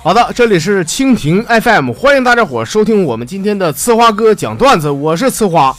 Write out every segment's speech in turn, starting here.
好的，这里是蜻蜓 FM， 欢迎大家伙收听我们今天的呲花哥讲段子，我是呲花。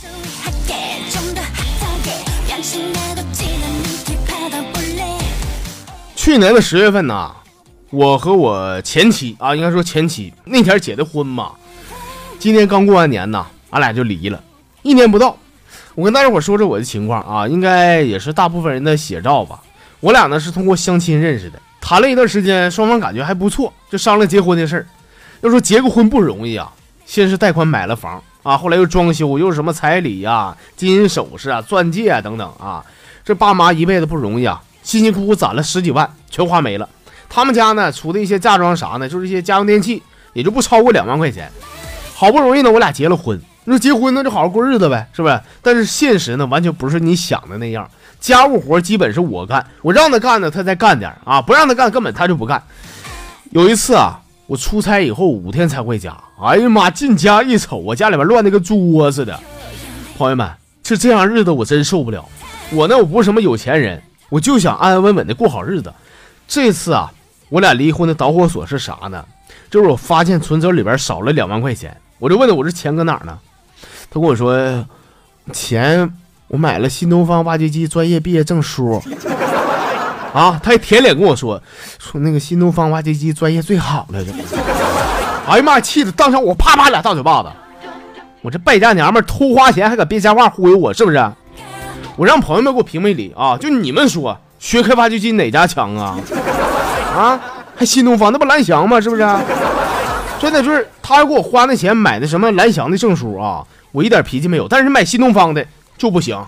去年的10月份呢，我和我前妻啊，应该说前妻那天结的婚嘛，今天刚过完年呢，俺俩就离了，1年不到。我跟大家伙说说我的情况啊，应该也是大部分人的写照吧。我俩呢是通过相亲认识的，谈了一段时间，双方感觉还不错，就商量结婚的事儿。要说结个婚不容易啊，先是贷款买了房啊，后来又装修，又什么彩礼啊、金银首饰啊、钻戒啊等等啊，这爸妈一辈子不容易啊，辛辛苦苦攒了10几万全花没了。他们家呢出的一些嫁妆啥呢，就是一些家用电器，也就不超过2万块钱。好不容易呢我俩结了婚，你说结婚呢就好好过日子呗，是不是？但是现实呢完全不是你想的那样，家务活基本是我干，我让他干呢他再干点啊，不让他干根本他就不干。有一次啊，我出差以后5天才回家，哎呀妈，进家一瞅，我家里边乱的跟猪窝似的。朋友们，就这样日子我真受不了。我呢我不是什么有钱人，我就想安安稳稳的过好日子。这次啊，我俩离婚的导火索是啥呢？就是我发现存折里边少了2万块钱，我就问他我这钱搁哪儿呢？他跟我说，钱我买了新东方挖掘机专业毕业证书。啊，他还舔脸跟我说那个新东方挖掘机专业最好了。哎呀妈，气得当场我啪啪俩大嘴巴子。我这败家娘们偷花钱还敢编瞎话忽悠我，是不是？我让朋友们给我评评理啊！就你们说，学开挖掘机哪家强啊？啊，还新东方那不蓝翔吗？是不是？真的就是他要给我花那钱买的什么蓝翔的证书啊，我一点脾气没有，但是买新东方的就不行。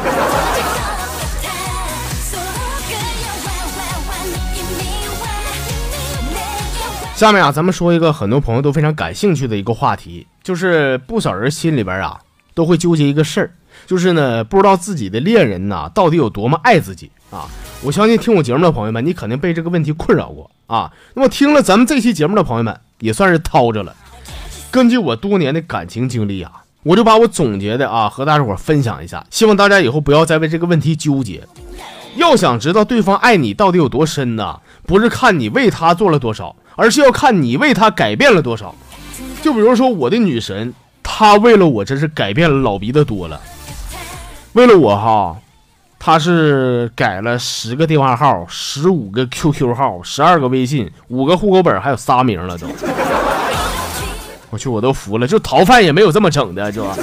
下面啊，咱们说一个很多朋友都非常感兴趣的一个话题，就是不少人心里边啊都会纠结一个事儿，就是呢不知道自己的恋人呢到底有多么爱自己啊。我相信听我节目的朋友们，你肯定被这个问题困扰过啊。那么听了咱们这期节目的朋友们，也算是掏着了。根据我多年的感情经历啊，我就把我总结的啊和大家伙分享一下，希望大家以后不要再为这个问题纠结。要想知道对方爱你到底有多深呢，不是看你为他做了多少，而是要看你为他改变了多少。就比如说我的女神，她为了我真是改变了老鼻子多了。为了我哈，她是改了10个电话号、15个 QQ 号、12个微信、5个户口本，还有仨名了都。我去，我都服了，就逃犯也没有这么整的，就。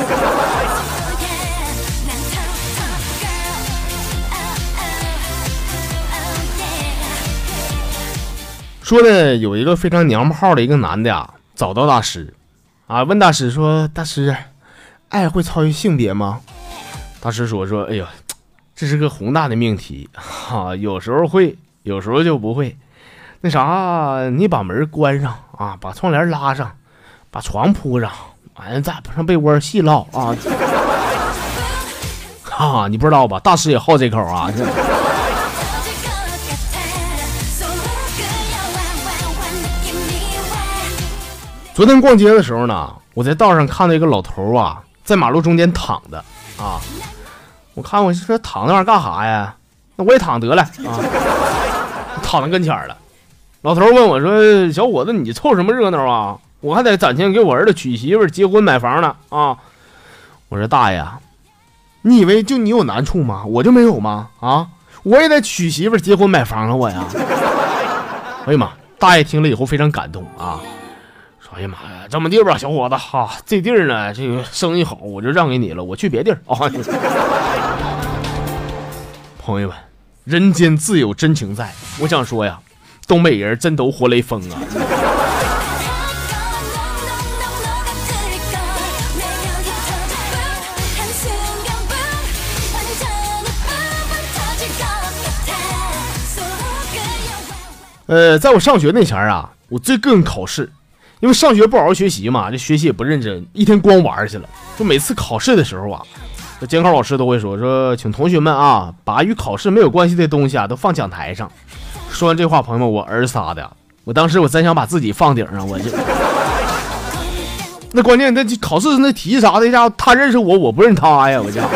说的有一个非常娘们号的一个男的啊，找到大师啊，问大师说，大师，爱会超越性别吗？大师说哎呀，这是个宏大的命题啊，有时候会，有时候就不会。那啥，你把门关上啊，把窗帘拉上，把床铺上，完了再上被窝细唠啊。你不知道吧？大师也好这口啊。昨天逛街的时候呢，我在道上看到一个老头啊，在马路中间躺着啊。我看我说躺那玩意儿干啥呀？那我也躺得了啊，躺在跟前了。老头问我说：“小伙子，你凑什么热闹啊？我还得攒钱给我儿子娶媳妇、结婚、买房呢啊！”我说：“大爷，你以为就你有难处吗？我就没有吗？啊，我也得娶媳妇、结婚、买房啊，我呀！”哎呀妈！大爷听了以后非常感动啊。哎呀妈呀，这么地吧，小伙子哈，这地儿呢，这个生意好，我就让给你了，我去别地儿啊。朋友们，人间自有真情在。我想说呀，东北人真都活雷锋啊。在我上学那前啊，我最恨考试。因为上学不好好学习嘛，这学习也不认真，一天光玩去了。就每次考试的时候啊，这监考老师都会说请同学们啊，把与考试没有关系的东西啊都放讲台上。说完这话，朋友们，我儿撒的，我当时我真想把自己放顶上，我就。那关键那考试那题啥的，一下他认识我，我不认他呀，我就。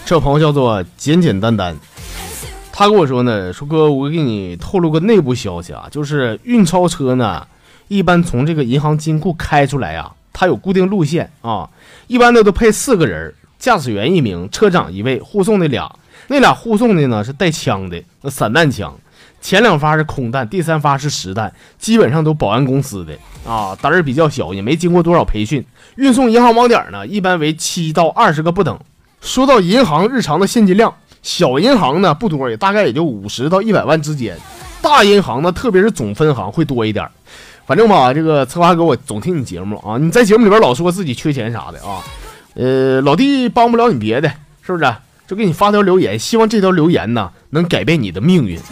这朋友叫做简简单单，他跟我说呢，说哥，我给你透露个内部消息啊，就是运钞车呢，一般从这个银行金库开出来啊，它有固定路线啊，一般的都配4个人，驾驶员1名，车长1位，护送的俩，那俩护送的呢是带枪的，那散弹枪，前2发是空弹，第3发是实弹，基本上都保安公司的啊，胆儿比较小，也没经过多少培训。运送银行网点呢，一般为7到20个不等。说到银行日常的现金量，小银行呢不多，大概也就50到100万之间，大银行呢，特别是总分行会多一点。反正吧，这个策划哥我总听你节目啊，你在节目里边老说自己缺钱啥的啊，老弟帮不了你别的，是不是？就给你发条留言，希望这条留言呢能改变你的命运。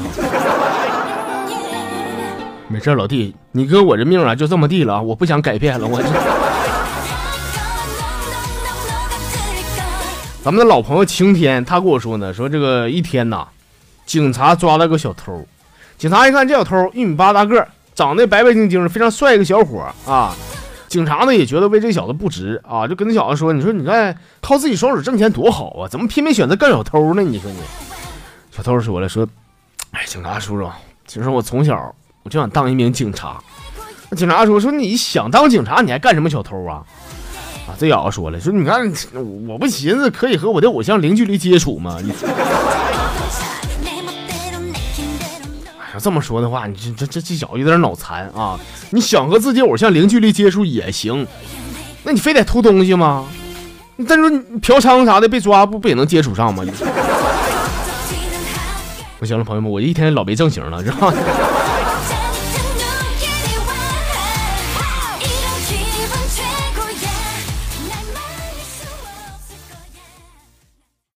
没事，老弟，你哥我这命啊就这么地了，我不想改变了，我这。咱们的老朋友晴天，他跟我说呢，说这个一天呐，警察抓了个小偷，警察一看这小偷1米8大个，长得白白净净，非常帅一个小伙啊。警察呢也觉得为这小子不值啊，就跟那小子说，你说你看靠自己双手挣钱多好啊，怎么偏偏选择干小偷呢？你说你。小偷说了，说，哎，警察叔叔，其实我从小我就想当一名警察。警察说你想当警察，你还干什么小偷啊？啊，这小子说了，说你看我不寻思可以和我的偶像零距离接触吗？你要这么说的话，你这小子有点脑残啊！你想和自己偶像零距离接触也行，那你非得偷东西吗？但是你嫖娼啥的被抓不也能接触上吗？不行了，朋友们，我一天老没正形了，知道吗？